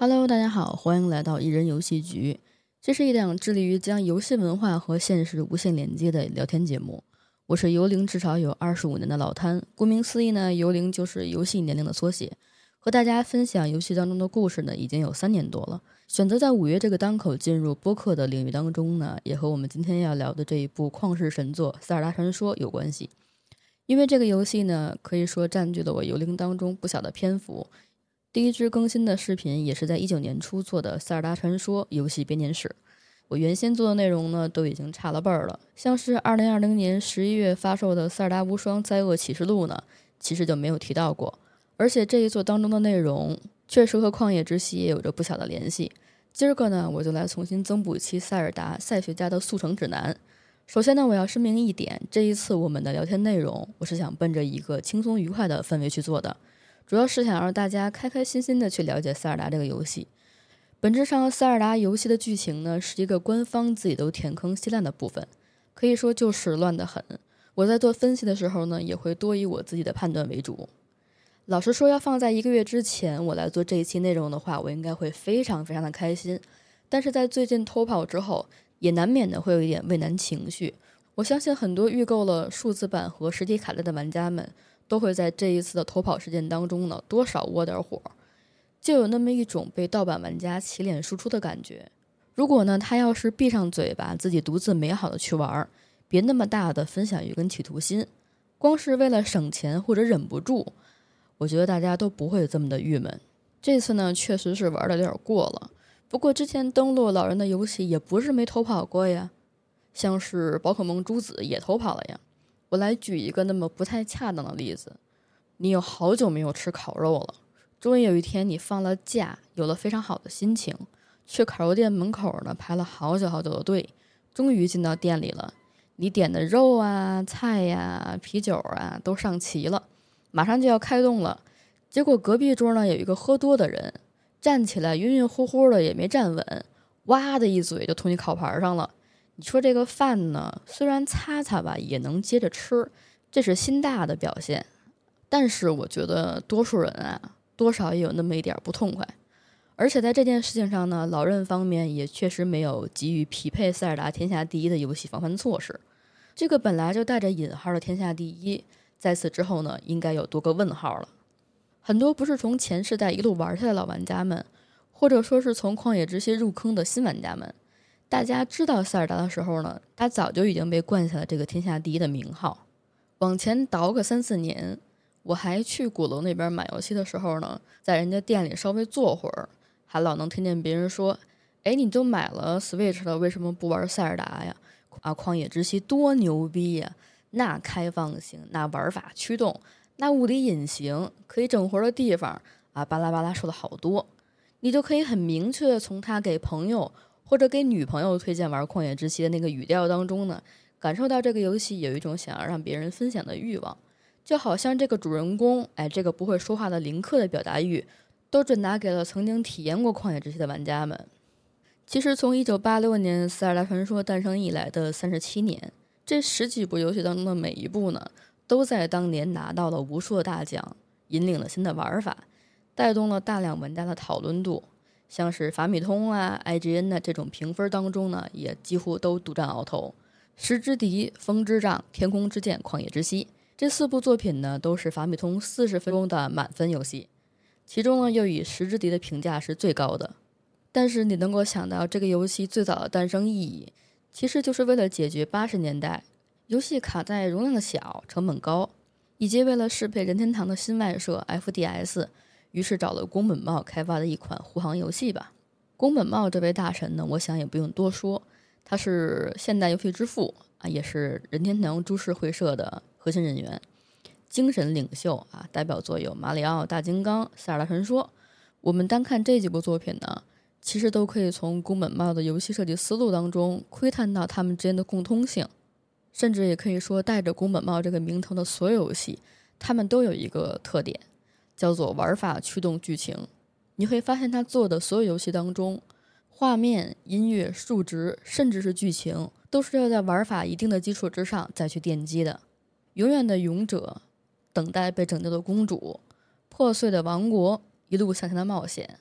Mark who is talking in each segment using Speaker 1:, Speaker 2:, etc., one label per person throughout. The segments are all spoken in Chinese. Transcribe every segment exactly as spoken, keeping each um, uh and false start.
Speaker 1: Hello， 大家好，欢迎来到一人游戏局。这是一档致力于将游戏文化和现实无限连接的聊天节目。我是游龄至少有二十五年的老摊，顾名思义呢，游龄就是游戏年龄的缩写。和大家分享游戏当中的故事呢，已经有三年多了。选择在五月这个当口进入播客的领域当中呢，也和我们今天要聊的这一部旷世神作《塞尔达传说》有关系。因为这个游戏呢，可以说占据了我游龄当中不小的篇幅。第一支更新的视频也是在一九年初做的《塞尔达传说》游戏编年史。我原先做的内容呢，都已经差了辈儿了。像是二零二零年十一月发售的《塞尔达无双：灾厄启示录》呢，其实就没有提到过。而且这一作当中的内容，确实和旷野之息也有着不小的联系。今儿个呢，我就来重新增补一期塞尔达赛学家的速成指南。首先呢，我要声明一点，这一次我们的聊天内容，我是想奔着一个轻松愉快的氛围去做的。主要是想让大家开开心心的去了解塞尔达这个游戏。本质上，塞尔达游戏的剧情呢，是一个官方自己都填坑稀烂的部分，可以说就是乱得很。我在做分析的时候呢，也会多以我自己的判断为主。老实说，要放在一个月之前我来做这一期内容的话，我应该会非常非常的开心。但是在最近偷跑之后，也难免的会有一点畏难情绪。我相信很多预购了数字版和实体卡带的玩家们，都会在这一次的偷跑事件当中呢，多少窝点火，就有那么一种被盗版玩家起脸输出的感觉。如果呢，他要是闭上嘴巴，自己独自美好的去玩，别那么大的分享欲跟企图心，光是为了省钱或者忍不住，我觉得大家都不会这么的郁闷。这次呢，确实是玩的有点过了。不过之前登录老人的游戏也不是没偷跑过呀，像是宝可梦朱紫也偷跑了呀。我来举一个那么不太恰当的例子，你有好久没有吃烤肉了，终于有一天你放了假，有了非常好的心情，去烤肉店门口呢排了好久好久的队，终于进到店里了。你点的肉啊、菜呀、啤酒啊都上齐了，马上就要开动了。结果隔壁桌呢有一个喝多的人，站起来晕晕乎乎的也没站稳，哇的一嘴就吐你烤盘上了。你说这个饭呢，虽然擦擦吧也能接着吃，这是心大的表现。但是我觉得多数人啊，多少也有那么一点不痛快。而且在这件事情上呢，老任方面也确实没有给予匹配塞尔达天下第一的游戏防范措施。这个本来就带着引号的天下第一，在此之后呢，应该有多个问号了。很多不是从前世代一路玩下来的老玩家们，或者说是从旷野之息入坑的新玩家们，大家知道塞尔达的时候呢，他早就已经被冠下了这个天下第一的名号。往前倒个三四年，我还去鼓楼那边买游戏的时候呢，在人家店里稍微坐会儿，还老能听见别人说，哎，你都买了 Switch 了，为什么不玩塞尔达呀？啊，旷野之息多牛逼呀，那开放性，那玩法驱动，那物理隐形，可以整活的地方啊，巴拉巴拉说了好多。你就可以很明确的从他给朋友或者给女朋友推荐玩旷野之息的那个语调当中呢，感受到这个游戏有一种想要让别人分享的欲望。就好像这个主人公，哎，这个不会说话的林克的表达欲，都转达给了曾经体验过旷野之息的玩家们。其实从一九八六年塞尔达传说诞生以来的三十七年，这十几部游戏当中的每一部呢，都在当年拿到了无数的大奖，引领了新的玩法，带动了大量玩家的讨论度。像是法米通啊、I G N 啊这种评分当中呢，也几乎都独占鳌头。石之笛、风之杖、天空之剑、旷野之息这四部作品呢，都是法米通四十分钟的满分游戏，其中呢又以石之笛的评价是最高的。但是你能够想到这个游戏最早的诞生意义，其实就是为了解决八十年代游戏卡带容量小、成本高，以及为了适配任天堂的新外设 F D S， 于是找了宫本茂开发的一款护航游戏吧。宫本茂这位大神呢，我想也不用多说，他是现代游戏之父啊，也是任天堂株式会社的核心人员，精神领袖啊，代表作有马里奥大金刚、塞尔达传说。我们单看这几部作品呢，其实都可以从宫本茂的游戏设计思路当中窥探到他们之间的共通性，甚至也可以说带着宫本茂这个名头的所有游戏，他们都有一个特点，叫做玩法驱动剧情。你会发现他做的所有游戏当中，画面、音乐、数值，甚至是剧情，都是要在玩法一定的基础之上再去奠基的。永远的勇者，等待被拯救的公主，破碎的王国，一路向前的冒险，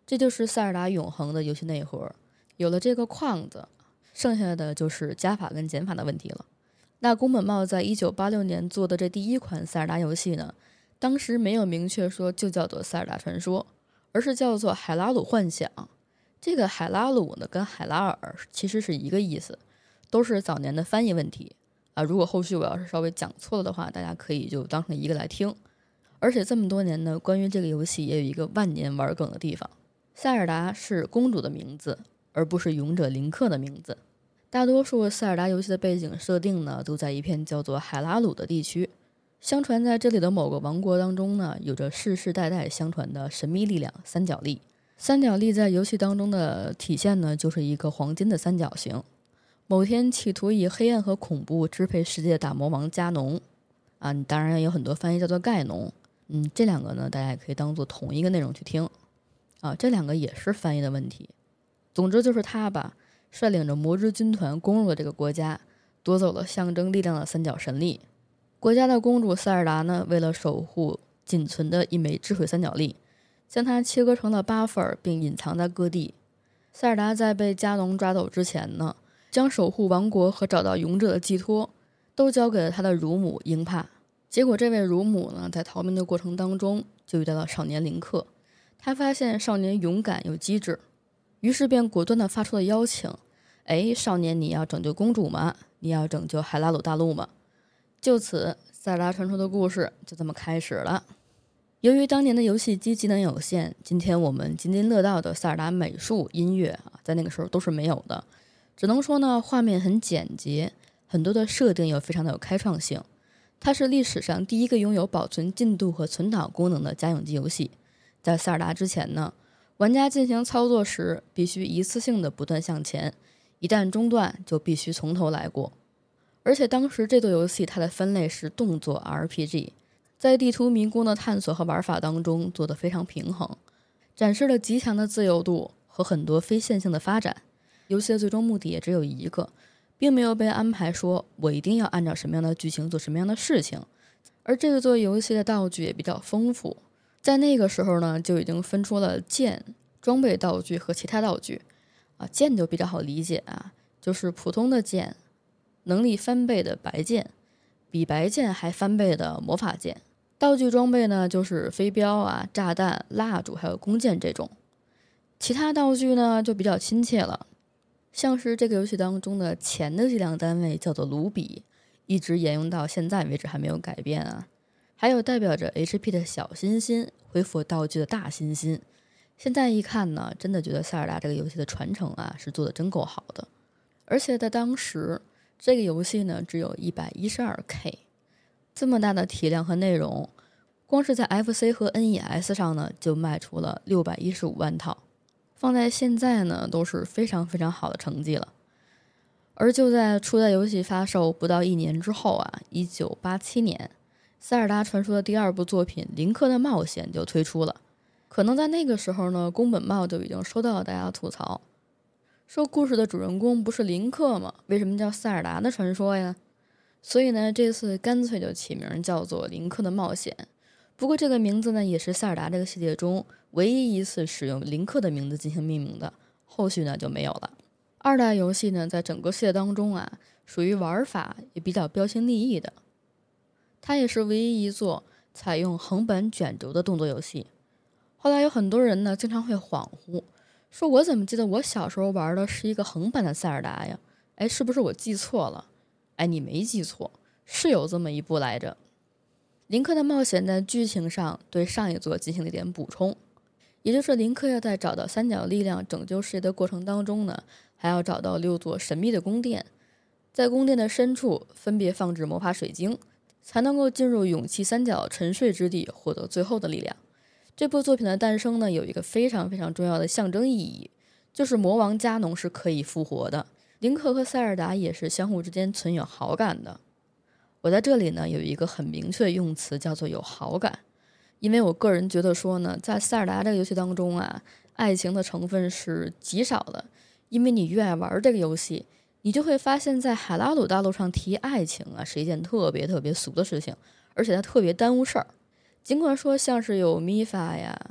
Speaker 1: 这就是塞尔达永恒的游戏内核。有了这个框子，剩下的就是加法跟减法的问题了。那宫本茂在一九八六年做的这第一款塞尔达游戏呢，当时没有明确说就叫做塞尔达传说，而是叫做海拉鲁幻想。这个海拉鲁呢跟海拉尔其实是一个意思，都是早年的翻译问题啊。如果后续我要是稍微讲错了的话，大家可以就当成一个来听。而且这么多年呢，关于这个游戏也有一个万年玩梗的地方，塞尔达是公主的名字，而不是勇者林克的名字。大多数塞尔达游戏的背景设定呢，都在一片叫做海拉鲁的地区。相传在这里的某个王国当中呢，有着世世代代相传的神秘力量三角力。三角力在游戏当中的体现呢，就是一个黄金的三角形。某天企图以黑暗和恐怖支配世界的大魔王加农啊，当然有很多翻译叫做盖农。嗯，这两个呢，大家也可以当做同一个内容去听啊，这两个也是翻译的问题。总之就是他吧，率领着魔之军团攻入了这个国家，夺走了象征力量的三角神力。国家的公主塞尔达呢，为了守护仅存的一枚智慧三角力，将它切割成了八份，并隐藏在各地。塞尔达在被加农抓走之前呢，将守护王国和找到勇者的寄托都交给了他的乳母英帕。结果这位乳母呢，在逃命的过程当中就遇到了少年林克。他发现少年勇敢又机智，于是便果断地发出了邀请：哎，少年，你要拯救公主吗？你要拯救海拉鲁大陆吗？就此，塞尔达传说的故事就这么开始了。由于当年的游戏机机能有限，今天我们津津乐道的塞尔达美术、音乐啊，在那个时候都是没有的。只能说呢，画面很简洁，很多的设定又非常的有开创性。它是历史上第一个拥有保存进度和存档功能的家用机游戏。在塞尔达之前呢，玩家进行操作时必须一次性的不断向前，一旦中断就必须从头来过。而且当时这座游戏它的分类是动作 R P G， 在地图迷宫的探索和玩法当中做得非常平衡，展示了极强的自由度和很多非线性的发展。游戏的最终目的也只有一个，并没有被安排说我一定要按照什么样的剧情做什么样的事情。而这个做游戏的道具也比较丰富，在那个时候呢，就已经分出了剑、装备道具和其他道具啊。剑就比较好理解啊，就是普通的剑，能力翻倍的白剑，比白剑还翻倍的魔法剑。道具装备呢，就是飞镖啊、炸弹、蜡烛还有弓箭这种。其他道具呢，就比较亲切了，像是这个游戏当中的钱的计量单位叫做卢比，一直沿用到现在为止还没有改变啊。还有代表着 H P 的小心心，恢复道具的大心心。现在一看呢，真的觉得塞尔达这个游戏的传承啊，是做的真够好的。而且在当时，这个游戏呢只有 一百一十二K， 这么大的体量和内容，光是在 F C 和 N E S 上呢就卖出了六百一十五万套，放在现在呢都是非常非常好的成绩了。而就在初代游戏发售不到一年之后啊，一九八七年，塞尔达传说的第二部作品《林克的冒险》就推出了。可能在那个时候呢，宫本茂就已经收到了大家的吐槽，说故事的主人公不是林克吗？为什么叫塞尔达的传说呀？所以呢，这次干脆就起名叫做《林克的冒险》。不过这个名字呢，也是塞尔达这个系列中唯一一次使用林克的名字进行命名的，后续呢就没有了。二代游戏呢，在整个系列当中啊，属于玩法也比较标新立异的。它也是唯一一座采用横版卷轴的动作游戏。后来有很多人呢，经常会恍惚，说我怎么记得我小时候玩的是一个横版的塞尔达呀？哎，是不是我记错了？哎，你没记错，是有这么一部来着。林克的冒险在剧情上对上一座进行了一点补充，也就是林克要在找到三角力量拯救世界的过程当中呢，还要找到六座神秘的宫殿，在宫殿的深处分别放置魔法水晶，才能够进入勇气三角沉睡之地，获得最后的力量。这部作品的诞生呢，有一个非常非常重要的象征意义，就是魔王加农是可以复活的，林克和塞尔达也是相互之间存有好感的。我在这里呢有一个很明确的用词，叫做有好感，因为我个人觉得说呢，在塞尔达这个游戏当中啊，爱情的成分是极少的，因为你越爱玩这个游戏，你就会发现在海拉鲁大陆上提爱情啊是一件特别特别俗的事情，而且它特别耽误事儿。尽管说像是有米法呀、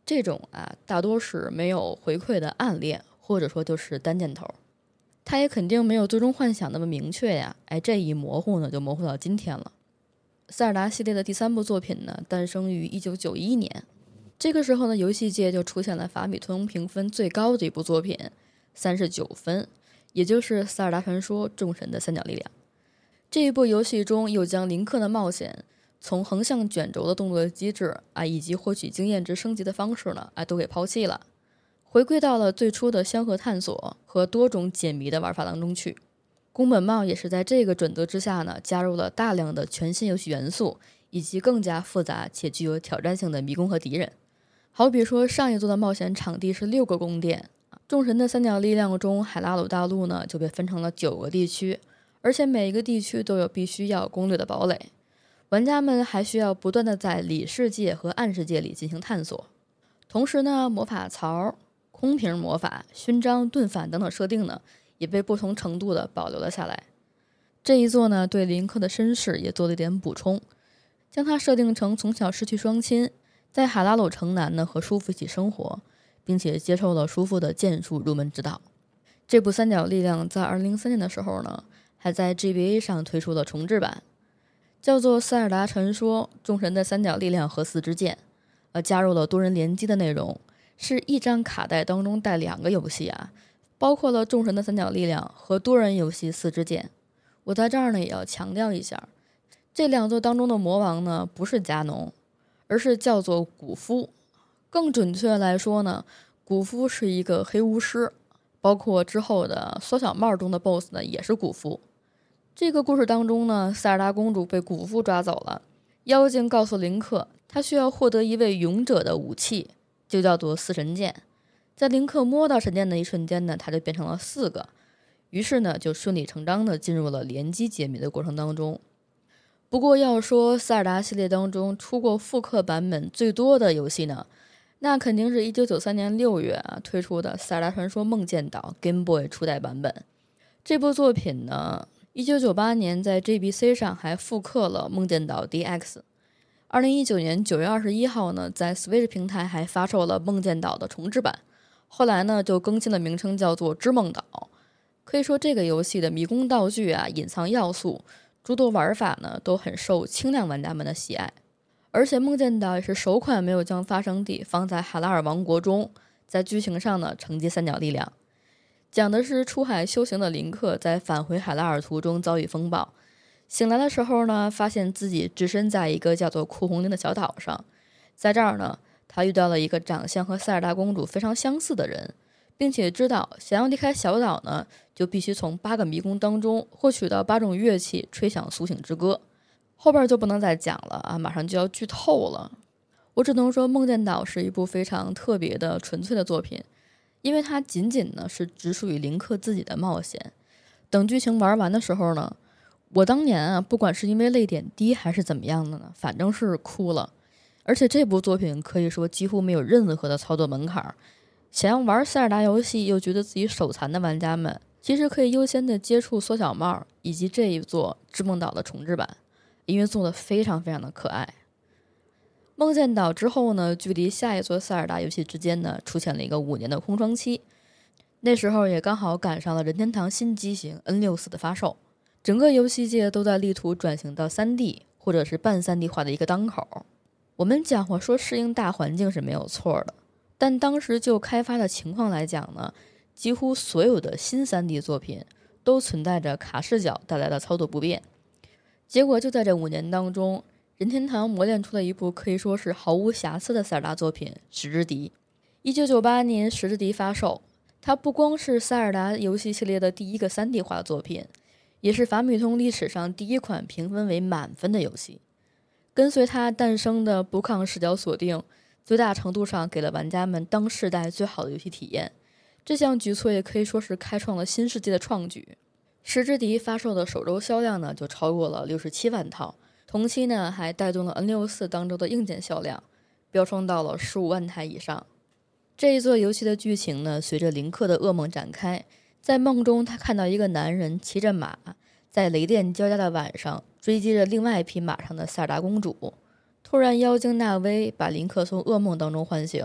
Speaker 1: 这种啊大多是没有回馈的暗恋，或者说就是单箭头。他也肯定没有最终幻想那么明确呀，哎，这一模糊呢就模糊到今天了。塞尔达系列的第三部作品呢诞生于一九九一年，这个时候呢游戏界就出现了法米通评分最高的一部作品，三十九分，也就是《塞尔达传说：众神的三角力量》。这一部游戏中又将林克的冒险从横向卷轴的动作机制啊，以及获取经验值升级的方式呢，啊，都给抛弃了，回归到了最初的香河探索和多种解谜的玩法当中去。宫本茂也是在这个准则之下呢，加入了大量的全新游戏元素，以及更加复杂且具有挑战性的迷宫和敌人。好比说上一座的冒险场地是六个宫殿，众神的三角力量中海拉鲁大陆呢就被分成了九个地区，而且每一个地区都有必须要攻略的堡垒，玩家们还需要不断的在里世界和暗世界里进行探索。同时呢，魔法槽、空瓶魔法、勋章、盾反等等设定呢也被不同程度的保留了下来。这一座呢对林克的身世也做了一点补充，将他设定成从小失去双亲，在海拉鲁城南呢和叔父一起生活，并且接受了叔父的剑术入门指导。这部三角力量在二零零三年的时候呢还在 G B A 上推出了重制版，叫做《塞尔达传说：众神的三角力量和四支箭》，呃，加入了多人联机的内容，是一张卡带当中带两个游戏啊，包括了众神的三角力量和多人游戏四支箭。我在这儿呢也要强调一下，这两座当中的魔王呢不是加农，而是叫做古夫。更准确来说呢，古夫是一个黑巫师，包括之后的缩小帽中的 B O S S 呢也是古夫。这个故事当中呢，塞尔达公主被古夫抓走了，妖精告诉林克他需要获得一位勇者的武器，就叫做四神剑。在林克摸到神剑的一瞬间呢，他就变成了四个，于是呢就顺理成章的进入了联机解谜的过程当中。不过要说塞尔达系列当中出过复刻版本最多的游戏呢，那肯定是一九九三年六月啊推出的《塞尔达传说：梦见岛》 Game Boy 初代版本。这部作品呢一九九八年在 G B C 上还复刻了梦见岛 D X， 二零一九年九月二十一号呢在 Switch 平台还发售了梦见岛的重制版，后来呢就更新了名称叫做织梦岛。可以说这个游戏的迷宫道具啊、隐藏要素、诸多玩法呢都很受轻量玩家们的喜爱。而且梦见岛也是首款没有将发生地放在海拉尔王国中，在剧情上呢承接三角力量，讲的是出海修行的林克在返回海拉尔途中遭遇风暴，醒来的时候呢发现自己置身在一个叫做库红林的小岛上。在这儿呢他遇到了一个长相和塞尔达公主非常相似的人，并且知道想要离开小岛呢就必须从八个迷宫当中获取到八种乐器，吹响苏醒之歌。后边就不能再讲了啊，马上就要剧透了。我只能说梦见岛是一部非常特别的纯粹的作品，因为它仅仅呢是只属于林克自己的冒险。等剧情玩完的时候呢，我当年啊不管是因为泪点低还是怎么样的呢，反正是哭了。而且这部作品可以说几乎没有任何的操作门槛，想要玩塞尔达游戏又觉得自己手残的玩家们，其实可以优先的接触缩小帽以及这一座织梦岛的重制版，因为做的非常非常的可爱。梦见岛之后呢，距离下一座塞尔达游戏之间呢出现了一个五年的空窗期，那时候也刚好赶上了任天堂新机型 N 六十四 的发售，整个游戏界都在力图转型到 三 D 或者是半 三 D 化的一个当口。我们讲话说适应大环境是没有错的，但当时就开发的情况来讲呢，几乎所有的新 三 D 作品都存在着卡视角带来的操作不便。结果就在这五年当中，任天堂磨练出了一部可以说是毫无瑕疵的塞尔达作品《时之笛》。一九九八年《时之笛》发售，它不光是塞尔达游戏系列的第一个 三 D 化的作品，也是法米通历史上第一款评分为满分的游戏。跟随它诞生的不抗视角锁定，最大程度上给了玩家们当世代最好的游戏体验。这项举措也可以说是开创了新世纪的创举。时之笛发售的首周销量呢就超过了六十七万套，同期呢还带动了 N 六十四 当周的硬件销量飙升到了十五万台以上。这一座游戏的剧情呢随着林克的噩梦展开，在梦中他看到一个男人骑着马在雷电交加的晚上追击着另外一匹马上的塞尔达公主。突然妖精纳威把林克从噩梦当中唤醒，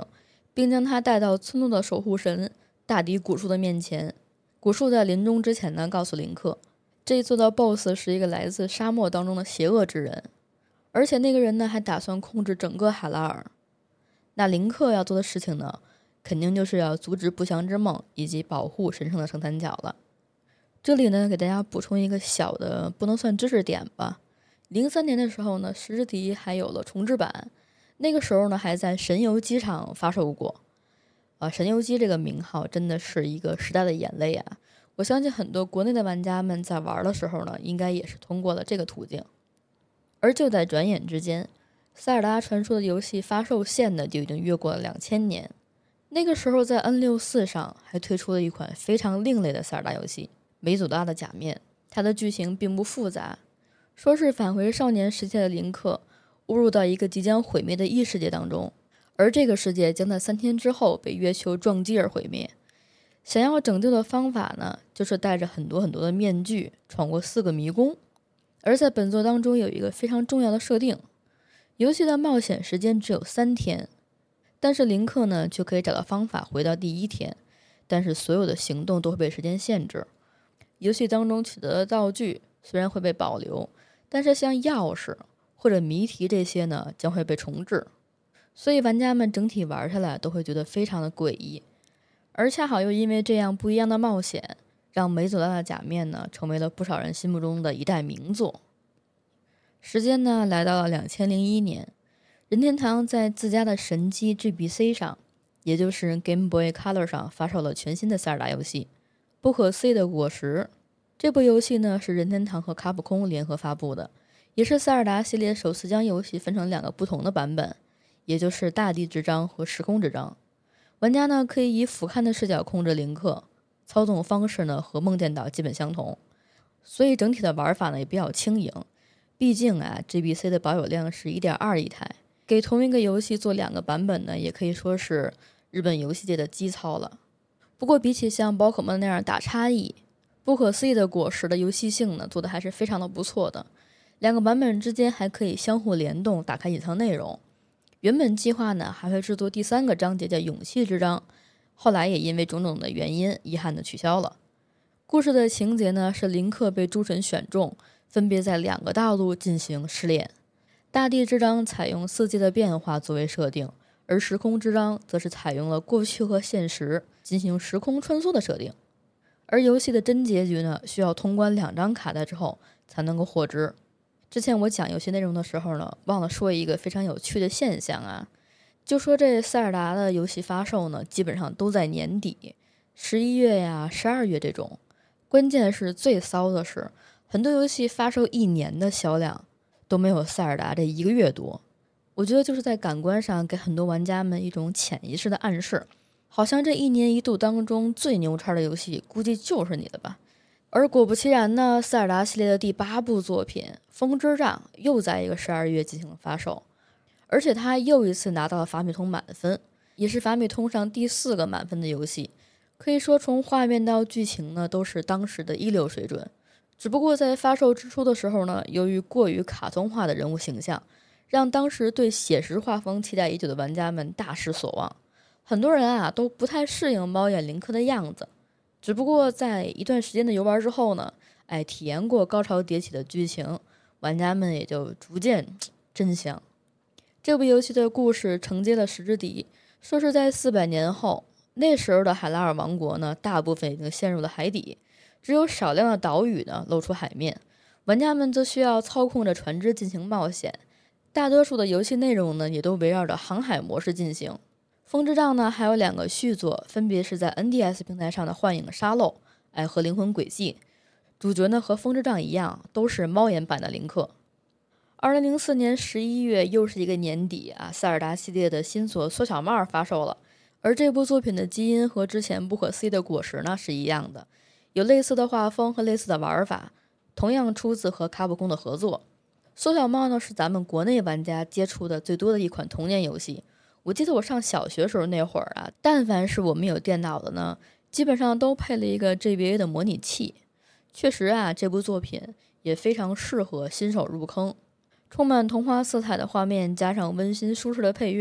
Speaker 1: 并将他带到村落的守护神大敌古树的面前。古树在临终之前呢，告诉林克，这一座的 B O S S 是一个来自沙漠当中的邪恶之人，而且那个人呢还打算控制整个海拉尔。那林克要做的事情呢，肯定就是要阻止不祥之梦以及保护神圣的圣坛角了。这里呢，给大家补充一个小的不能算知识点吧。零三年的时候呢，石之笛还有了重制版，那个时候呢还在神游机上发售过。啊，神游机这个名号真的是一个时代的眼泪啊！我相信很多国内的玩家们在玩的时候呢，应该也是通过了这个途径。而就在转眼之间，塞尔达传说的游戏发售线呢就已经越过了两千年。那个时候在 N 六十四 上还推出了一款非常另类的塞尔达游戏《梅祖拉的假面》，它的剧情并不复杂，说是返回少年时期的林克误入到一个即将毁灭的异世界当中，而这个世界将在三天之后被月球撞击而毁灭。想要拯救的方法呢，就是戴着很多很多的面具闯过四个迷宫。而在本作当中有一个非常重要的设定，游戏的冒险时间只有三天，但是林克呢却可以找到方法回到第一天，但是所有的行动都会被时间限制。游戏当中取得的道具虽然会被保留，但是像钥匙或者谜题这些呢将会被重置，所以玩家们整体玩下来都会觉得非常的诡异。而恰好又因为这样不一样的冒险，让梅祖拉的假面呢成为了不少人心目中的一代名作。时间呢来到了两千零一年，任天堂在自家的神机 G B C 上，也就是 Game Boy Color 上发售了全新的塞尔达游戏《不可思议的果实》。这部游戏呢是任天堂和卡普空联合发布的，也是塞尔达系列首次将游戏分成两个不同的版本，也就是大地之章和时空之章。玩家呢可以以俯瞰的视角控制林克，操纵方式呢和梦电岛基本相同，所以整体的玩法呢也比较轻盈。毕竟啊 G B C 的保有量是 一点二亿台，给同一个游戏做两个版本呢，也可以说是日本游戏界的基操了。不过比起像宝可梦那样打差异，不可思议的果实的游戏性呢做的还是非常的不错的。两个版本之间还可以相互联动，打开隐藏内容。原本计划呢还会制作第三个章节叫勇气之章，后来也因为种种的原因遗憾的取消了。故事的情节呢是林克被诸神选中，分别在两个大陆进行试炼。大地之章采用四季的变化作为设定，而时空之章则是采用了过去和现实进行时空穿梭的设定。而游戏的真结局呢需要通关两张卡带之后才能够获知。之前我讲游戏内容的时候呢，忘了说一个非常有趣的现象啊，就说这塞尔达的游戏发售呢，基本上都在年底，十一月呀、十二月这种。关键是最骚的是，很多游戏发售一年的销量都没有塞尔达这一个月多。我觉得就是在感官上给很多玩家们一种潜意识的暗示，好像这一年一度当中最牛叉的游戏估计就是你的吧。而果不其然呢，塞尔达系列的第八部作品《风之杖》又在一个十二月进行了发售，而且它又一次拿到了法米通满分，也是法米通上第四个满分的游戏。可以说从画面到剧情呢都是当时的一流水准。只不过在发售之初的时候呢，由于过于卡通化的人物形象，让当时对写实画风期待已久的玩家们大失所望。很多人啊都不太适应猫眼林克的样子。只不过在一段时间的游玩之后呢，哎，体验过高潮迭起的剧情，玩家们也就逐渐真香。这部游戏的故事承接了时之笛，说是在四百年后，那时候的海拉尔王国呢，大部分已经陷入了海底，只有少量的岛屿呢露出海面，玩家们则需要操控着船只进行冒险。大多数的游戏内容呢，也都围绕着航海模式进行。风之杖呢还有两个续作，分别是在 N D S 平台上的幻影沙漏哎和灵魂轨迹。主角呢和风之杖一样，都是猫眼版的林克。二零零四年十一月又是一个年底啊，塞尔达系列的新作缩小帽发售了，而这部作品的基因和之前不可思议的果实呢是一样的，有类似的画风和类似的玩法，同样出自和卡普空的合作。缩小帽呢是咱们国内玩家接触的最多的一款童年游戏。我记得我上小学时候那会儿啊，但凡是我们有电脑的呢，基本上都配了一个 G B A 的模拟器。确实啊，这部作品也非常适合新手入坑，充满童话色彩的画面加上温馨舒适的配乐，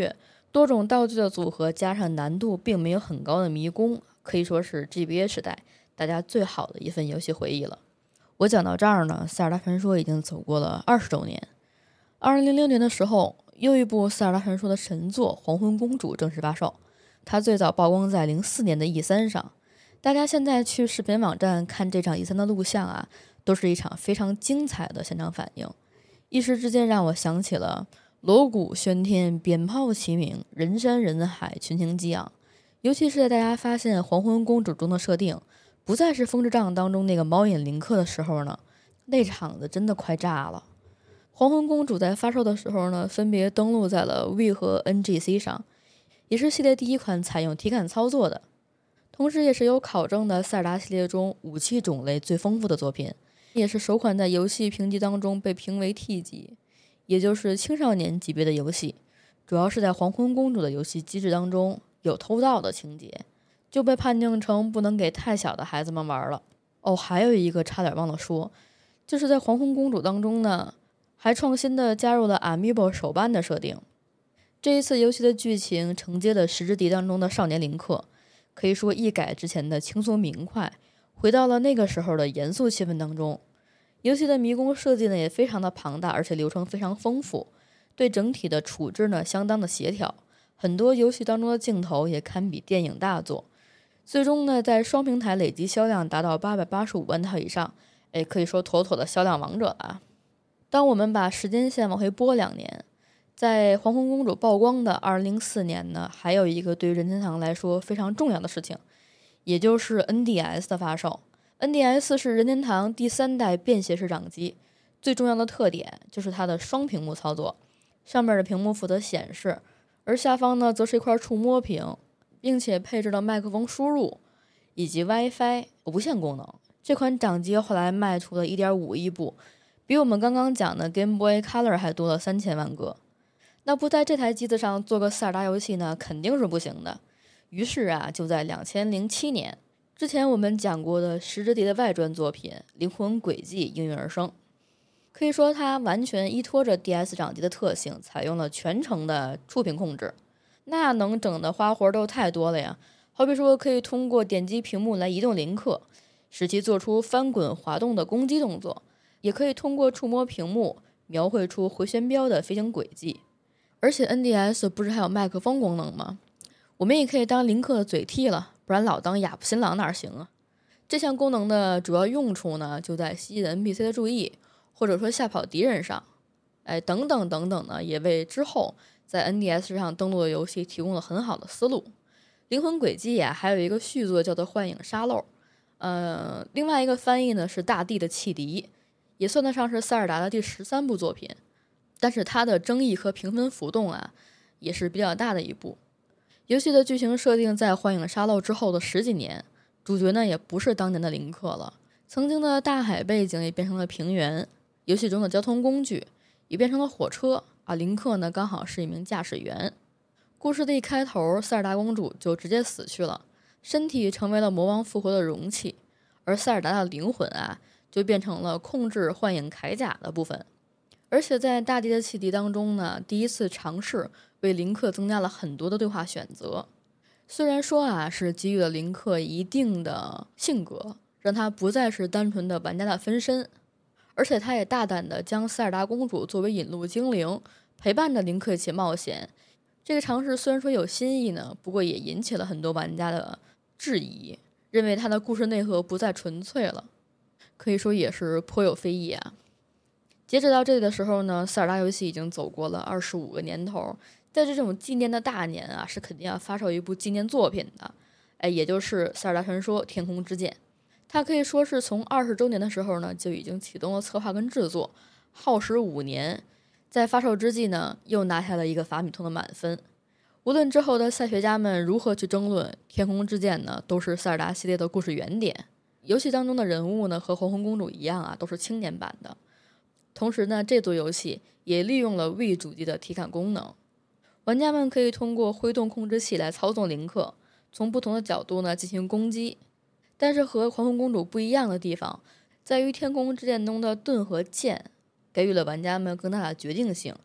Speaker 1: 多种道具的组合加上难度并没有很高的迷宫，可以说是 G B A 时代大家最好的一份游戏回忆了。我讲到这儿呢，塞尔达传说已经走过了二十周年。二零零六年的时候，又一部塞尔达传说的神作《黄昏公主》正式发售。它最早曝光在零四年的 E 三 上，大家现在去视频网站看这场 E 三 的录像啊，都是一场非常精彩的现场反应，一时之间让我想起了锣鼓喧天，鞭炮齐鸣，人山人海，群情激昂。尤其是在大家发现黄昏公主中的设定不再是风之杖当中那个猫眼林克的时候呢，那场子真的快炸了。黄昏公主在发售的时候呢，分别登陆在了 Wii 和 N G C 上，也是系列第一款采用体感操作的，同时也是有考证的塞尔达系列中武器种类最丰富的作品，也是首款在游戏评级当中被评为 T 级，也就是青少年级别的游戏。主要是在黄昏公主的游戏机制当中有偷盗的情节，就被判定成不能给太小的孩子们玩了。哦，还有一个差点忘了说，就是在黄昏公主当中呢，还创新的加入了 Amiibo 手办的设定。这一次游戏的剧情承接了《时之笛》当中的少年林克，可以说一改之前的轻松明快，回到了那个时候的严肃气氛当中。游戏的迷宫设计呢也非常的庞大，而且流程非常丰富，对整体的处置呢相当的协调，很多游戏当中的镜头也堪比电影大作。最终呢，在双平台累计销量达到八百八十五万套以上，哎，可以说妥妥的销量王者了。当我们把时间线往回拨两年，在黄昏公主曝光的二零零四年呢，还有一个对于任天堂来说非常重要的事情，也就是 N D S 的发售。N D S 是任天堂第三代便携式掌机，最重要的特点就是它的双屏幕操作，上面的屏幕负责显示，而下方呢则是一块触摸屏，并且配置了麦克风输入以及 WiFi 无线功能。这款掌机后来卖出了 一点五亿部，比我们刚刚讲的 Game Boy Color 还多了三千万个。那不在这台机子上做个塞尔达游戏呢，肯定是不行的。于是啊，就在两千零七年，之前我们讲过的《时之笛》的外传作品《灵魂轨迹》应运而生。可以说它完全依托着 D S 掌机的特性，采用了全程的触屏控制，那能整的花活都太多了呀。好比说可以通过点击屏幕来移动林克，使其做出翻滚滑动的攻击动作，也可以通过触摸屏幕描绘出回旋镖的飞行轨迹。而且 N D S 不是还有麦克风功能吗？我们也可以当林克的嘴替了，不然老当哑巴新郎哪行啊？这项功能的主要用处呢，就在吸引 N P C 的注意，或者说吓跑敌人上，哎，等等等等呢，也为之后在 N D S 上登陆的游戏提供了很好的思路。灵魂轨迹呀，还有一个续作叫做幻影沙漏，呃，另外一个翻译呢是大地的汽笛，也算得上是塞尔达的第十三部作品。但是它的争议和评分浮动啊，也是比较大的一部。游戏的剧情设定在幻影沙漏之后的十几年，主角呢也不是当年的林克了，曾经的大海背景也变成了平原，游戏中的交通工具也变成了火车啊。林克呢刚好是一名驾驶员。故事的一开头，塞尔达公主就直接死去了，身体成为了魔王复活的容器，而塞尔达的灵魂啊就变成了控制幻影铠甲的部分。而且在大地的汽笛当中呢，第一次尝试为林克增加了很多的对话选择。虽然说啊是给予了林克一定的性格，让他不再是单纯的玩家的分身，而且他也大胆的将塞尔达公主作为引路精灵，陪伴着林克一起冒险。这个尝试虽然说有新意呢，不过也引起了很多玩家的质疑，认为他的故事内核不再纯粹了，可以说也是颇有非议啊。截止到这里的时候呢，塞尔达游戏已经走过了二十五个年头，在这种纪念的大年啊，是肯定要发售一部纪念作品的，哎，也就是《塞尔达传说：天空之剑》。它可以说是从二十周年的时候呢，就已经启动了策划跟制作，耗时五年，在发售之际呢，又拿下了一个法米通的满分。无论之后的赛学家们如何去争论，《天空之剑》呢，都是塞尔达系列的故事原点。游戏当中的人物呢，和黄昏公主一样啊，都是青年版的。同时呢，这组游戏也利用了 Wii 主机的体感功能，玩家们可以通过挥动控制器来操纵林克，从不同的角度呢进行攻击。但是和黄昏公主不一样的地方，在于天空之剑中的盾和剑给予了玩家们更大的决定性，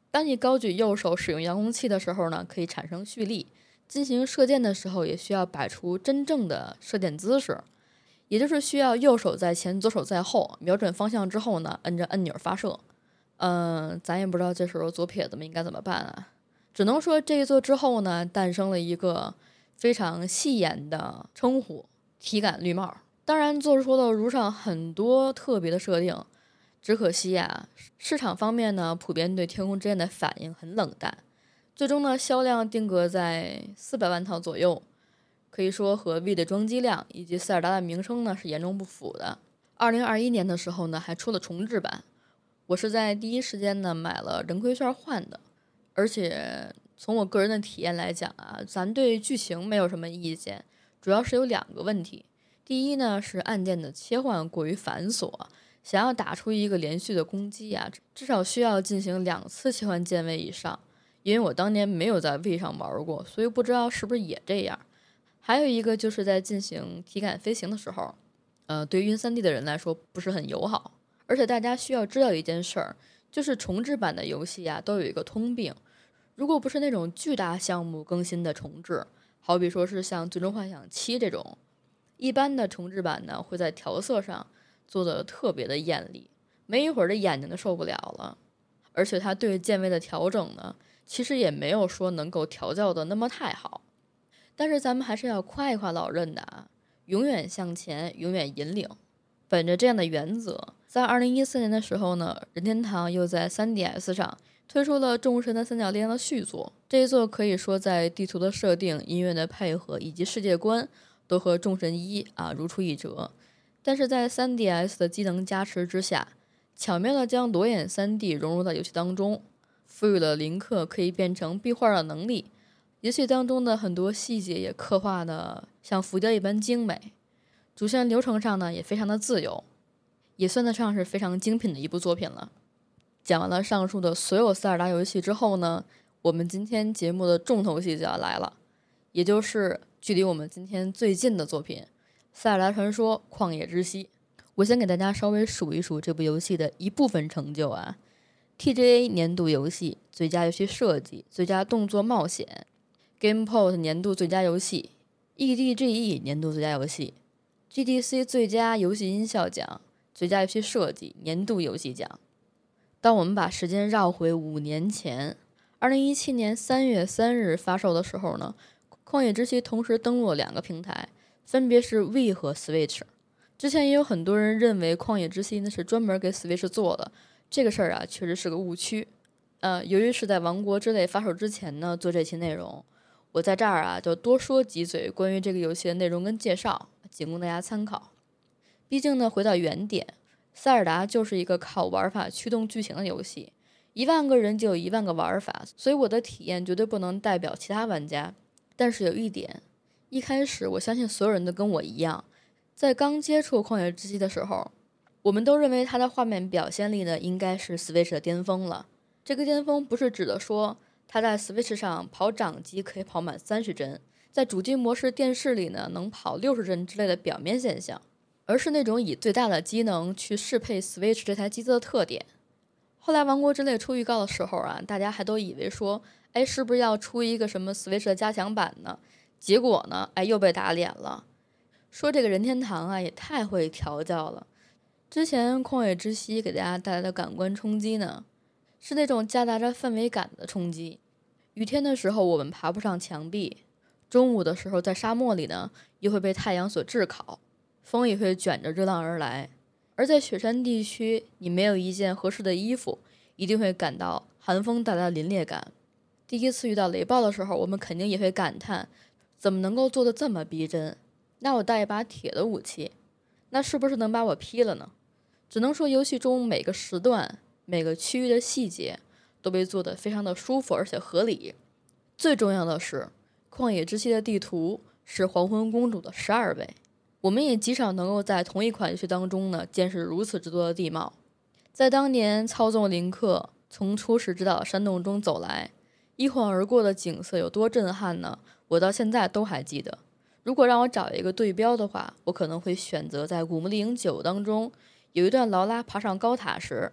Speaker 1: 当你高举右手使用遥控器的时候呢，可以产生蓄力，进行射箭的时候也需要摆出真正的射箭姿势，也就是需要右手在前，左手在后，瞄准方向之后呢，摁着按钮发射。嗯、呃，咱也不知道这时候左撇子们应该怎么办啊，只能说这一做之后呢，诞生了一个非常戏眼的称呼——体感绿帽。当然做出了如上很多特别的设定，只可惜啊，市场方面呢，普遍对天空之剑的反应很冷淡，最终呢，销量定格在四百万套左右，可以说和 V 的装机量以及塞尔达的名声呢是严重不符的。二零二一年的时候呢，还出了重制版，我是在第一时间呢买了人亏券换的，而且从我个人的体验来讲啊，咱对剧情没有什么意见，主要是有两个问题。第一呢，是按键的切换过于繁琐，想要打出一个连续的攻击啊，至少需要进行两次切换键位以上。因为我当年没有在 V 上玩过，所以不知道是不是也这样。还有一个就是在进行体感飞行的时候，呃，对晕 三 D 的人来说不是很友好。而且大家需要知道一件事儿，就是重制版的游戏啊都有一个通病，如果不是那种巨大项目更新的重置，好比说是像《最终幻想七》这种，一般的重置版呢会在调色上做的特别的艳丽，没一会儿的眼睛就受不了了。而且它对键位的调整呢，其实也没有说能够调教的那么太好。但是咱们还是要夸一夸老任的啊，永远向前，永远引领。本着这样的原则，在二零一四年的时候呢，任天堂又在 三 D S 上推出了《众神的三角恋》的续作。这一作可以说在地图的设定、音乐的配合以及世界观都和《众神一》啊如出一辙。但是在 三 D S 的机能加持之下，巧妙地将裸眼 三 D 融入到游戏当中，赋予了林克可以变成壁画的能力。游戏当中的很多细节也刻画的像浮雕一般精美，主线流程上呢也非常的自由，也算得上是非常精品的一部作品了。讲完了上述的所有塞尔达游戏之后呢，我们今天节目的重头戏就要来了，也就是距离我们今天最近的作品《塞尔达传说：旷野之息》。我先给大家稍微数一数这部游戏的一部分成就啊 ：T G A 年度游戏、最佳游戏设计、最佳动作冒险、GamePort 年度最佳游戏、E D G E 年度最佳游戏、G D C 最佳游戏音效奖、最佳游戏设计、年度游戏奖。当我们把时间绕回五年前，二零一七年三月三日发售的时候呢，旷野之息同时登陆了两个平台，分别是 V 和 Switch。之前也有很多人认为旷野之息呢是专门给 Switch 做的，这个事儿啊确实是个误区。呃，由于是在王国之泪发售之前呢做这期内容，我在这儿啊就多说几嘴关于这个游戏的内容跟介绍，仅供大家参考。毕竟呢，回到原点，塞尔达就是一个靠玩法驱动剧情的游戏，一万个人就有一万个玩法，所以我的体验绝对不能代表其他玩家。但是有一点，一开始我相信所有人都跟我一样，在刚接触旷野之息的时候，我们都认为它的画面表现力呢应该是 Switch 的巅峰了。这个巅峰不是指的说它在 Switch 上跑掌机可以跑满三十帧，在主机模式电视里呢能跑六十帧之类的表面现象，而是那种以最大的机能去适配 Switch 这台机子的特点。后来王国之泪出预告的时候啊，大家还都以为说，哎，是不是要出一个什么 Switch 的加强版呢？结果呢，哎，又被打脸了，说这个任天堂啊也太会调教了。之前旷野之息给大家带来的感官冲击呢，是那种夹杂着氛围感的冲击。雨天的时候我们爬不上墙壁，中午的时候在沙漠里呢又会被太阳所炙烤，风也会卷着热浪而来。而在雪山地区，你没有一件合适的衣服，一定会感到寒风带来的凛冽感。第一次遇到雷暴的时候，我们肯定也会感叹，怎么能够做得这么逼真？那我带一把铁的武器，那是不是能把我劈了呢？只能说游戏中每个时段、每个区域的细节都被做得非常的舒服而且合理。最重要的是，旷野之息的地图是黄昏公主的十二倍。我们也极少能够在同一款游戏当中呢见识如此之多的地貌。在当年操纵林克从初始之岛山洞中走来，一晃而过的景色有多震撼呢？我到现在都还记得。如果让我找一个对标的话，我可能会选择在古墓丽影九当中有一段劳拉爬上高塔时，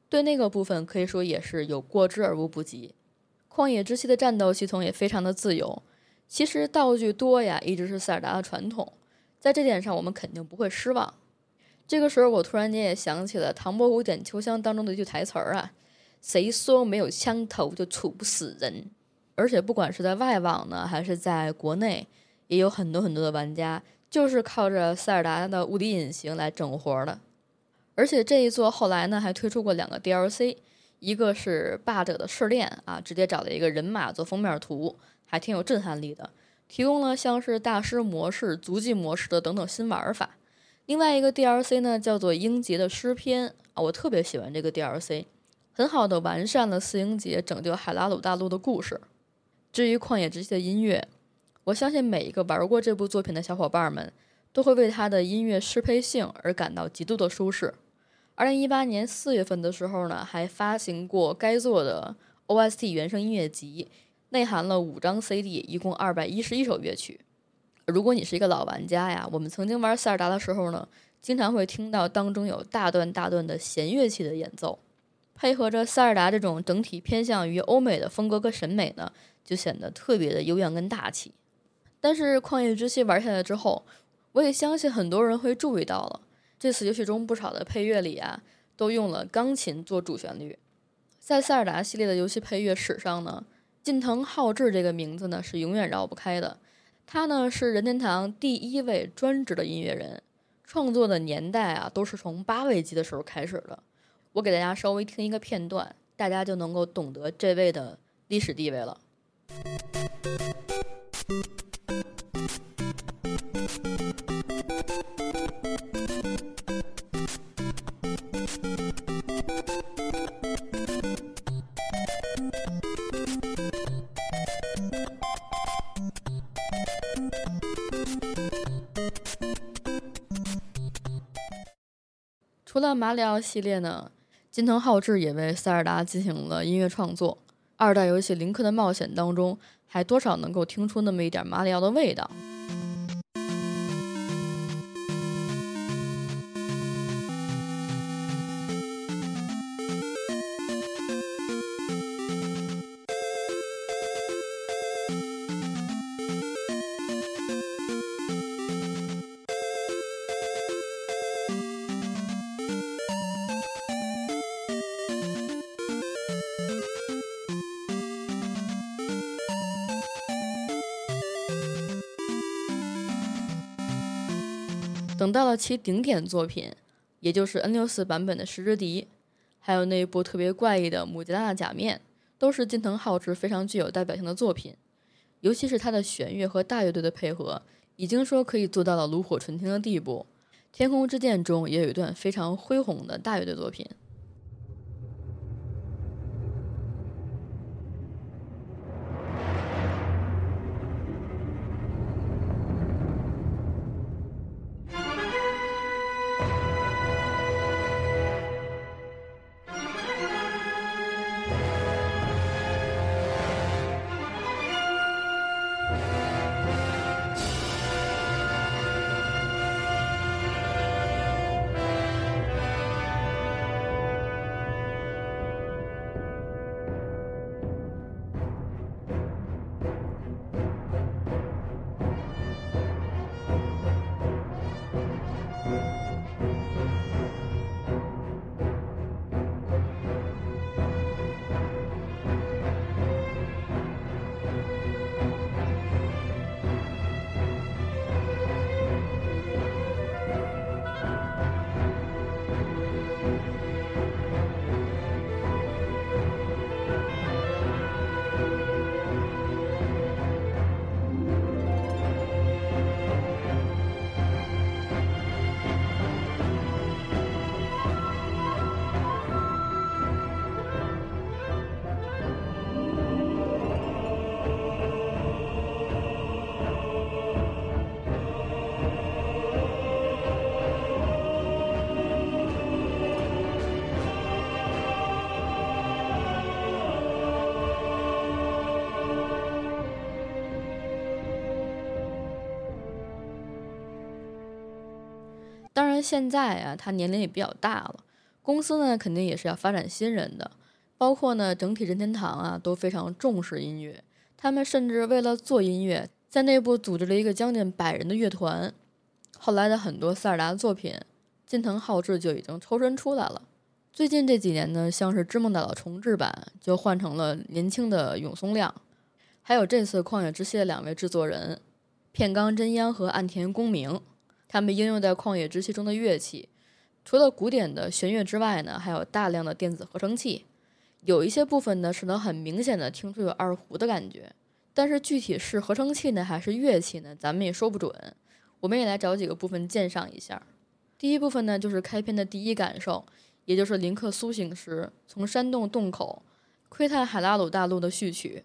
Speaker 1: 对那个部分可以说也是有过之而无不及。旷野之息的战斗系统也非常的自由，其实道具多呀，一直是塞尔达的传统，在这点上我们肯定不会失望。这个时候我突然间也想起了唐伯虎点秋香当中的一句台词儿啊，谁说没有枪头就处不死人。而且不管是在外网呢，还是在国内，也有很多很多的玩家就是靠着塞尔达的物理隐形来整活的。而且这一座后来呢还推出过两个 D L C， 一个是霸者的试炼啊，直接找了一个人马做封面图，还挺有震撼力的，提供了像是大师模式、足迹模式的等等新玩法。另外一个 D L C 呢叫做英杰的诗篇啊，我特别喜欢这个 D L C， 很好的完善了四英杰拯救海拉鲁大陆的故事。至于旷野之息的音乐，我相信每一个玩过这部作品的小伙伴们都会为它的音乐适配性而感到极度的舒适。二零一八年四月份的时候呢，还发行过该作的 O S T 原声音乐集，内含了五张 C D， 一共二百一十一首乐曲。如果你是一个老玩家呀，我们曾经玩塞尔达的时候呢，经常会听到当中有大段大段的弦乐器的演奏，配合着塞尔达这种整体偏向于欧美的风格和审美呢，就显得特别的悠扬跟大气。但是旷野之息玩下来之后，我也相信很多人会注意到了，这次游戏中不少的配乐里啊，都用了钢琴做主旋律。在塞尔达系列的游戏配乐史上呢，近藤浩志这个名字呢是永远绕不开的。他呢是任天堂第一位专职的音乐人，创作的年代啊都是从八位机的时候开始的。我给大家稍微听一个片段，大家就能够懂得这位的历史地位了。除了马里奥系列呢，近藤浩志也为塞尔达进行了音乐创作。二代游戏《林克的冒险》当中，还多少能够听出那么一点马里奥的味道。等到了其顶点作品，也就是 N 六十四 版本的《时之笛》，还有那一部特别怪异的《姆吉拉的假面》，都是近藤浩志非常具有代表性的作品。尤其是他的弦乐和大乐队的配合，已经说可以做到了炉火纯青的地步。《天空之剑》中也有一段非常恢宏的大乐队作品。当然现在啊，他年龄也比较大了， 公司呢肯定也是要发展新人的，包括呢整体任天堂啊都非常重视音乐，他们甚至为了做音乐，在内部组织了一个将近百人的乐团。后来的很多塞尔达作品，近藤浩志就已经抽身出来了。最近这几年呢，像是织梦大佬重制版就换成了年轻的永松亮，还有这次旷野之息的两位制作人片冈真央和岸田公明，他们应用在旷野之息中的乐器，除了古典的弦乐之外呢，还有大量的电子合成器，有一些部分呢是能很明显的听出有二胡的感觉，但是具体是合成器呢还是乐器呢，咱们也说不准。我们也来找几个部分鉴赏一下。第一部分呢，就是开篇的第一感受，也就是林克苏醒时从山洞洞口窥探海拉鲁大陆的序曲。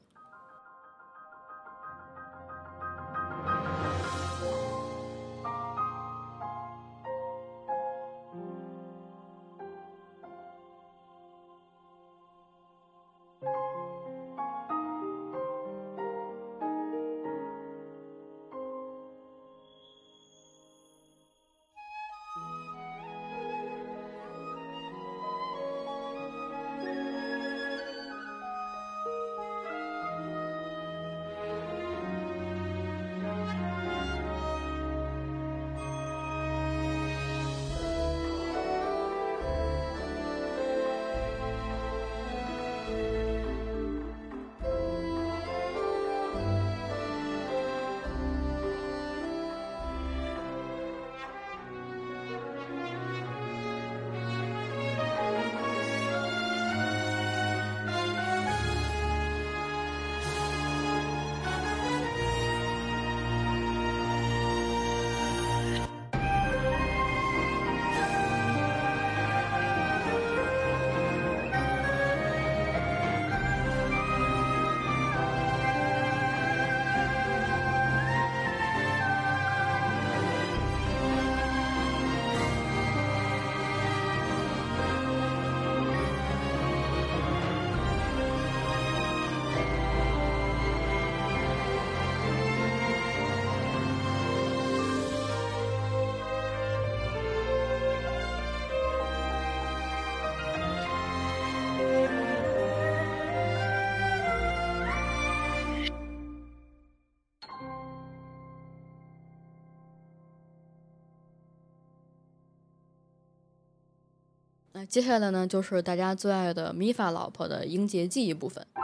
Speaker 1: 那接下来呢，就是大家最爱的米法老婆的英杰记忆部分。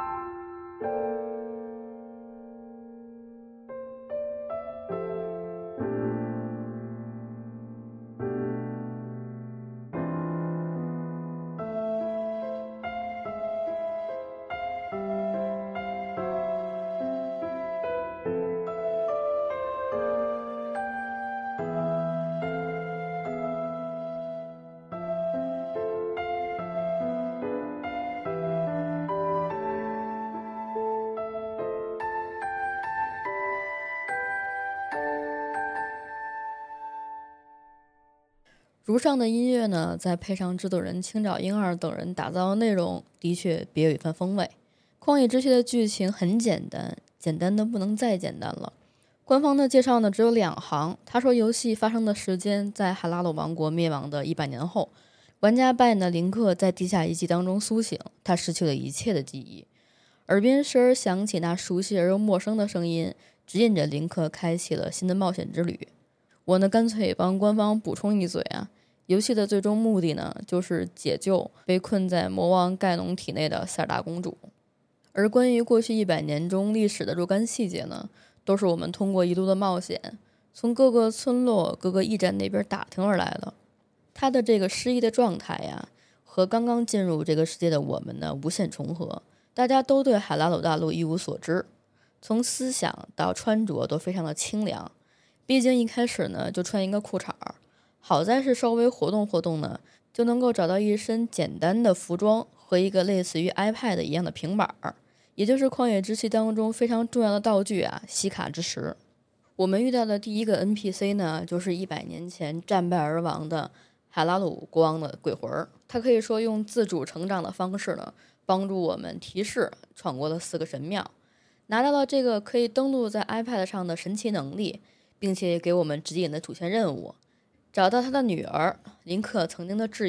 Speaker 1: 如上的音乐呢，再配上制作人青沼英二等人打造的内容，的确别有一番风味。旷野之息的剧情很简单，简单的不能再简单了。官方的介绍呢只有两行，他说游戏发生的时间在海拉鲁王国灭亡的一百年后，玩家扮演的林克在地下遗迹当中苏醒，他失去了一切的记忆，耳边时而响起那熟悉而又陌生的声音，指引着林克开启了新的冒险之旅。我呢干脆帮官方补充一嘴啊，游戏的最终目的呢，就是解救被困在魔王盖农体内的塞尔达公主。而关于过去一百年中历史的若干细节呢，都是我们通过一路的冒险，从各个村落、各个驿站那边打听而来的。他的这个失忆的状态呀，和刚刚进入这个世界的我们呢，无限重合。大家都对海拉鲁大陆一无所知，从思想到穿着都非常的清凉。毕竟一开始呢，就穿一个裤衩儿。好在是稍微活动活动呢，就能够找到一身简单的服装和一个类似于 iPad 一样的平板儿，也就是旷野之息当中非常重要的道具啊，吸卡之石。我们遇到的第一个 N P C 呢，就是一百年前战败而亡的海拉鲁国王的鬼魂，他可以说用自主成长的方式呢，帮助我们提示闯过了四个神庙，拿到了这个可以登录在 iPad 上的神奇能力，并且给我们指引的主线任务，找到他的女儿林克曾经的挚友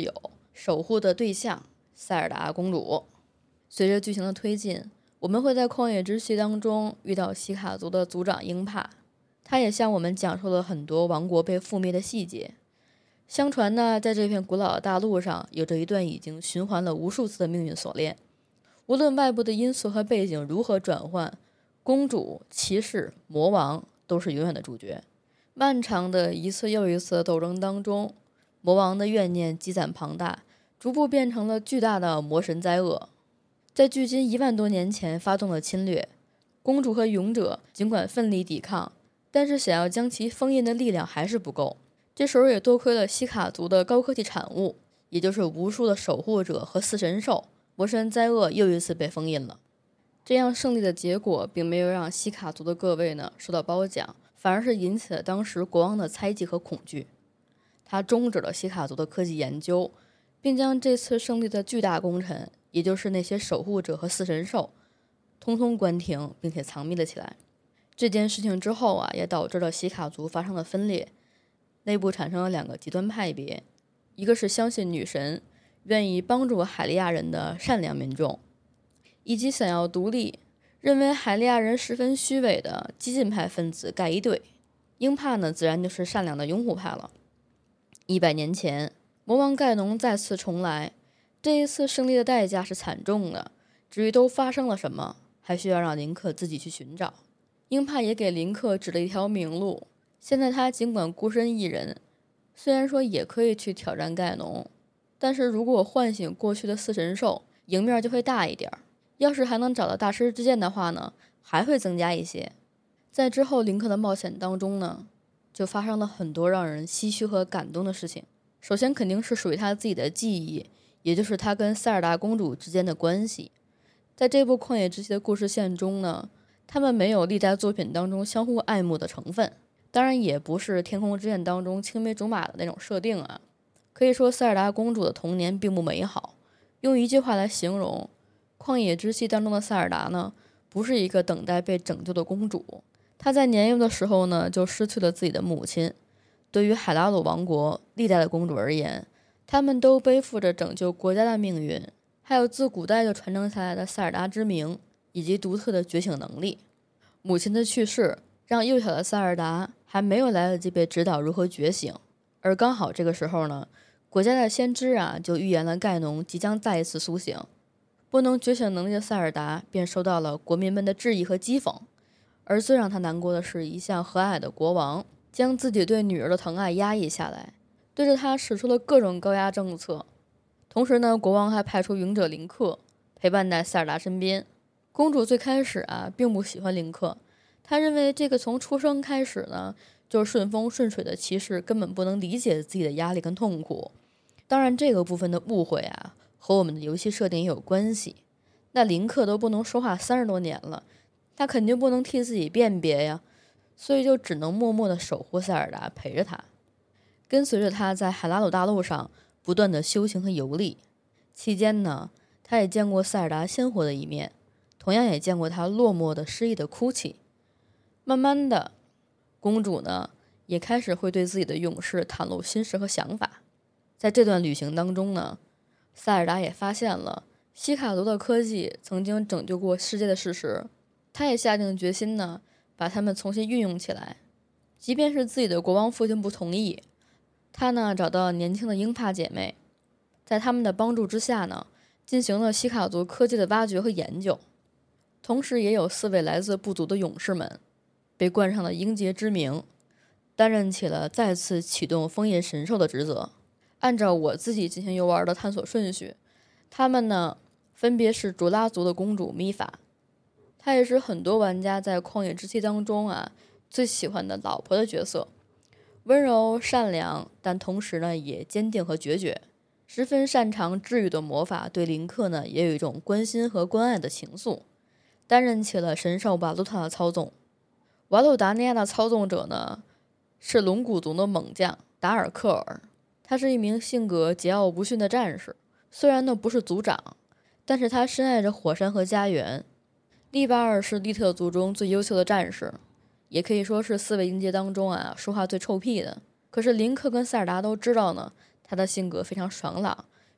Speaker 1: 守护的对象塞尔达公主。随着剧情的推进，我们会在旷野之息当中遇到西卡族的族长英帕，他也向我们讲述了很多王国被覆灭的细节。相传呢，在这片古老的大陆上，有着一段已经循环了无数次的命运锁链。无论外部的因素和背景如何转换，公主、骑士、魔王都是永远的主角。漫长的一次又一次的斗争当中，魔王的怨念积攒庞大，逐步变成了巨大的魔神灾厄。在距今一万多年前发动了侵略，公主和勇者尽管奋力抵抗，但是想要将其封印的力量还是不够。这时候也多亏了西卡族的高科技产物，也就是无数的守护者和四神兽，魔神灾厄又一次被封印了。这样胜利的结果并没有让西卡族的各位呢受到褒奖，反而是引起了当时国王的猜忌和恐惧。他终止了西卡族的科技研究，并将这次胜利的巨大功臣，也就是那些守护者和四神兽，通通关停并且藏匿了起来。这件事情之后啊，也导致了西卡族发生了分裂，内部产生了两个极端派别，一个是相信女神，愿意帮助海利亚人的善良民众，以及想要独立，认为海利亚人十分虚伪的激进派分子盖伊队。英帕呢，自然就是善良的拥护派了。一百年前，魔王盖农再次重来，这一次胜利的代价是惨重的。至于都发生了什么，还需要让林克自己去寻找。英帕也给林克指了一条明路。现在他尽管孤身一人，虽然说也可以去挑战盖农，但是如果唤醒过去的四神兽，赢面就会大一点。要是还能找到大师之剑的话呢，还会增加一些。在之后林克的冒险当中呢，就发生了很多让人唏嘘和感动的事情。首先肯定是属于他自己的记忆，也就是他跟塞尔达公主之间的关系。在这部旷野之息的故事线中呢，他们没有历代作品当中相互爱慕的成分，当然也不是天空之剑当中青梅竹马的那种设定啊。可以说塞尔达公主的童年并不美好，用一句话来形容，旷野之息当中的塞尔达呢，不是一个等待被拯救的公主。她在年幼的时候呢，就失去了自己的母亲。对于海拉鲁王国历代的公主而言，她们都背负着拯救国家的命运，还有自古代就传承下来的塞尔达之名，以及独特的觉醒能力。母亲的去世让幼小的塞尔达还没有来得及被指导如何觉醒，而刚好这个时候呢，国家的先知啊就预言了盖农即将再一次苏醒。不能觉醒能力的塞尔达便受到了国民们的质疑和讥讽。而最让他难过的是，一向和蔼的国王将自己对女儿的疼爱压抑下来，对着他使出了各种高压政策。同时呢，国王还派出勇者林克陪伴在塞尔达身边。公主最开始啊并不喜欢林克，她认为这个从出生开始呢就顺风顺水的骑士根本不能理解自己的压力跟痛苦。当然这个部分的误会啊和我们的游戏设定也有关系。那林克都不能说话三十多年了，他肯定不能替自己辨别呀，所以就只能默默地守护塞尔达，陪着他，跟随着他在海拉鲁大陆上不断的修行和游历。期间呢，他也见过塞尔达鲜活的一面，同样也见过他落寞的失意的哭泣。慢慢的，公主呢也开始会对自己的勇士袒露心事和想法。在这段旅行当中呢，塞尔达也发现了西卡族的科技曾经拯救过世界的事实，他也下定决心呢把他们重新运用起来。即便是自己的国王父亲不同意，他呢找到年轻的英帕姐妹，在他们的帮助之下呢进行了西卡族科技的挖掘和研究。同时也有四位来自部族的勇士们被冠上了英杰之名，担任起了再次启动封印神兽的职责。按照我自己进行游玩的探索顺序，他们呢分别是卓拉族的公主米法，她也是很多玩家在旷野之息当中啊最喜欢的老婆的角色，温柔善良，但同时呢也坚定和决绝，十分擅长治愈的魔法，对林克呢也有一种关心和关爱的情愫，担任起了神兽瓦鲁塔的操纵。瓦鲁达尼亚的操纵者呢是龙骨族的猛将达尔克尔，他是一名性格桀骜不驯的战士，虽然呢不是族长，但是他深爱着火山和家园。利巴尔是利特族中最优秀的战士，也可以说是四位英杰当中啊说话最臭屁的。可是林克跟塞尔达都知道呢，他的性格非常爽朗，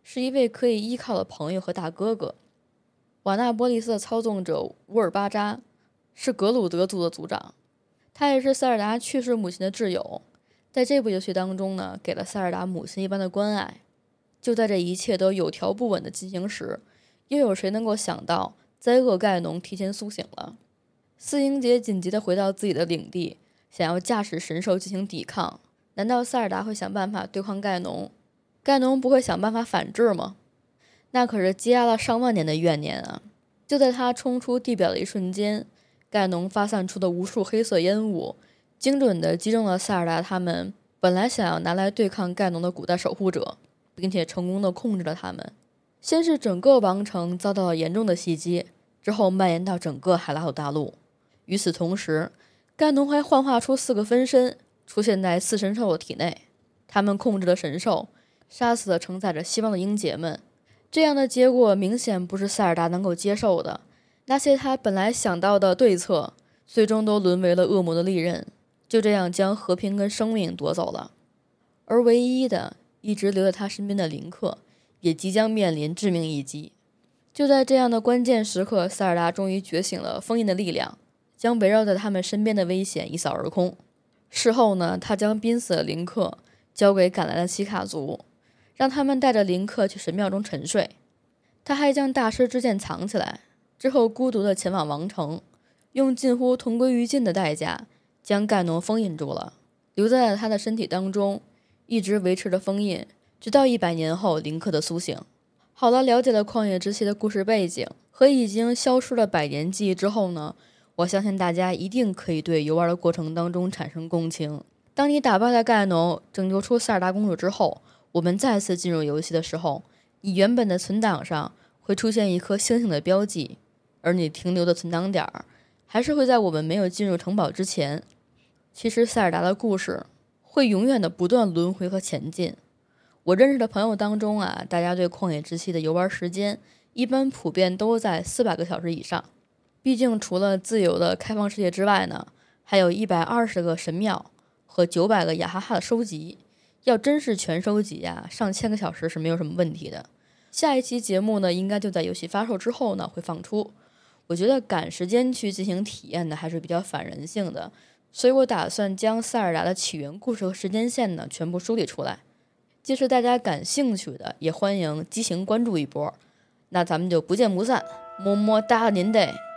Speaker 1: 是一位可以依靠的朋友和大哥哥。瓦纳波利斯的操纵者乌尔巴扎是格鲁德族的族长，他也是塞尔达去世母亲的挚友，在这部游戏当中呢，给了塞尔达母亲一般的关爱。就在这一切都有条不紊的进行时，又有谁能够想到灾厄盖农提前苏醒了？四英杰紧急地回到自己的领地，想要驾驶神兽进行抵抗。难道塞尔达会想办法对抗盖农？盖农不会想办法反制吗？那可是积压了上万年的怨念啊！就在他冲出地表的一瞬间，盖农发散出的无数黑色烟雾，精准地击中了塞尔达他们本来想要拿来对抗盖农的古代守护者，并且成功地控制了他们。先是整个王城遭到了严重的袭击，之后蔓延到整个海拉鲁大陆。与此同时，盖农还幻化出四个分身，出现在四神兽的体内。他们控制了神兽，杀死了承载着希望的英杰们。这样的结果明显不是塞尔达能够接受的。那些他本来想到的对策，最终都沦为了恶魔的利刃，就这样将和平跟生命夺走了。而唯一的一直留在他身边的林克，也即将面临致命一击。就在这样的关键时刻，塞尔达终于觉醒了封印的力量，将围绕在他们身边的危险一扫而空。事后呢，他将濒死的林克交给赶来的奇卡族，让他们带着林克去神庙中沉睡。他还将大师之剑藏起来，之后孤独地前往王城，用近乎同归于尽的代价将盖农封印住了，留在了他的身体当中，一直维持着封印，直到一百年后林克的苏醒。好了，了解了旷野之息的故事背景和已经消失了百年记忆之后呢，我相信大家一定可以对游玩的过程当中产生共情。当你打败了盖农，拯救出塞尔达公主之后，我们再次进入游戏的时候，你原本的存档上会出现一颗星星的标记，而你停留的存档点还是会在我们没有进入城堡之前。其实塞尔达的故事会永远的不断轮回和前进。我认识的朋友当中啊，大家对旷野之息的游玩时间一般普遍都在四百个小时以上。毕竟除了自由的开放世界之外呢，还有一百二十个神庙和九百个雅哈哈的收集，要真是全收集啊，上千个小时是没有什么问题的。下一期节目呢，应该就在游戏发售之后呢会放出。我觉得赶时间去进行体验的还是比较反人性的，所以我打算将塞尔达的起源故事和时间线呢全部梳理出来。既是大家感兴趣的，也欢迎激情关注一波。那咱们就不见不散，么么哒您得。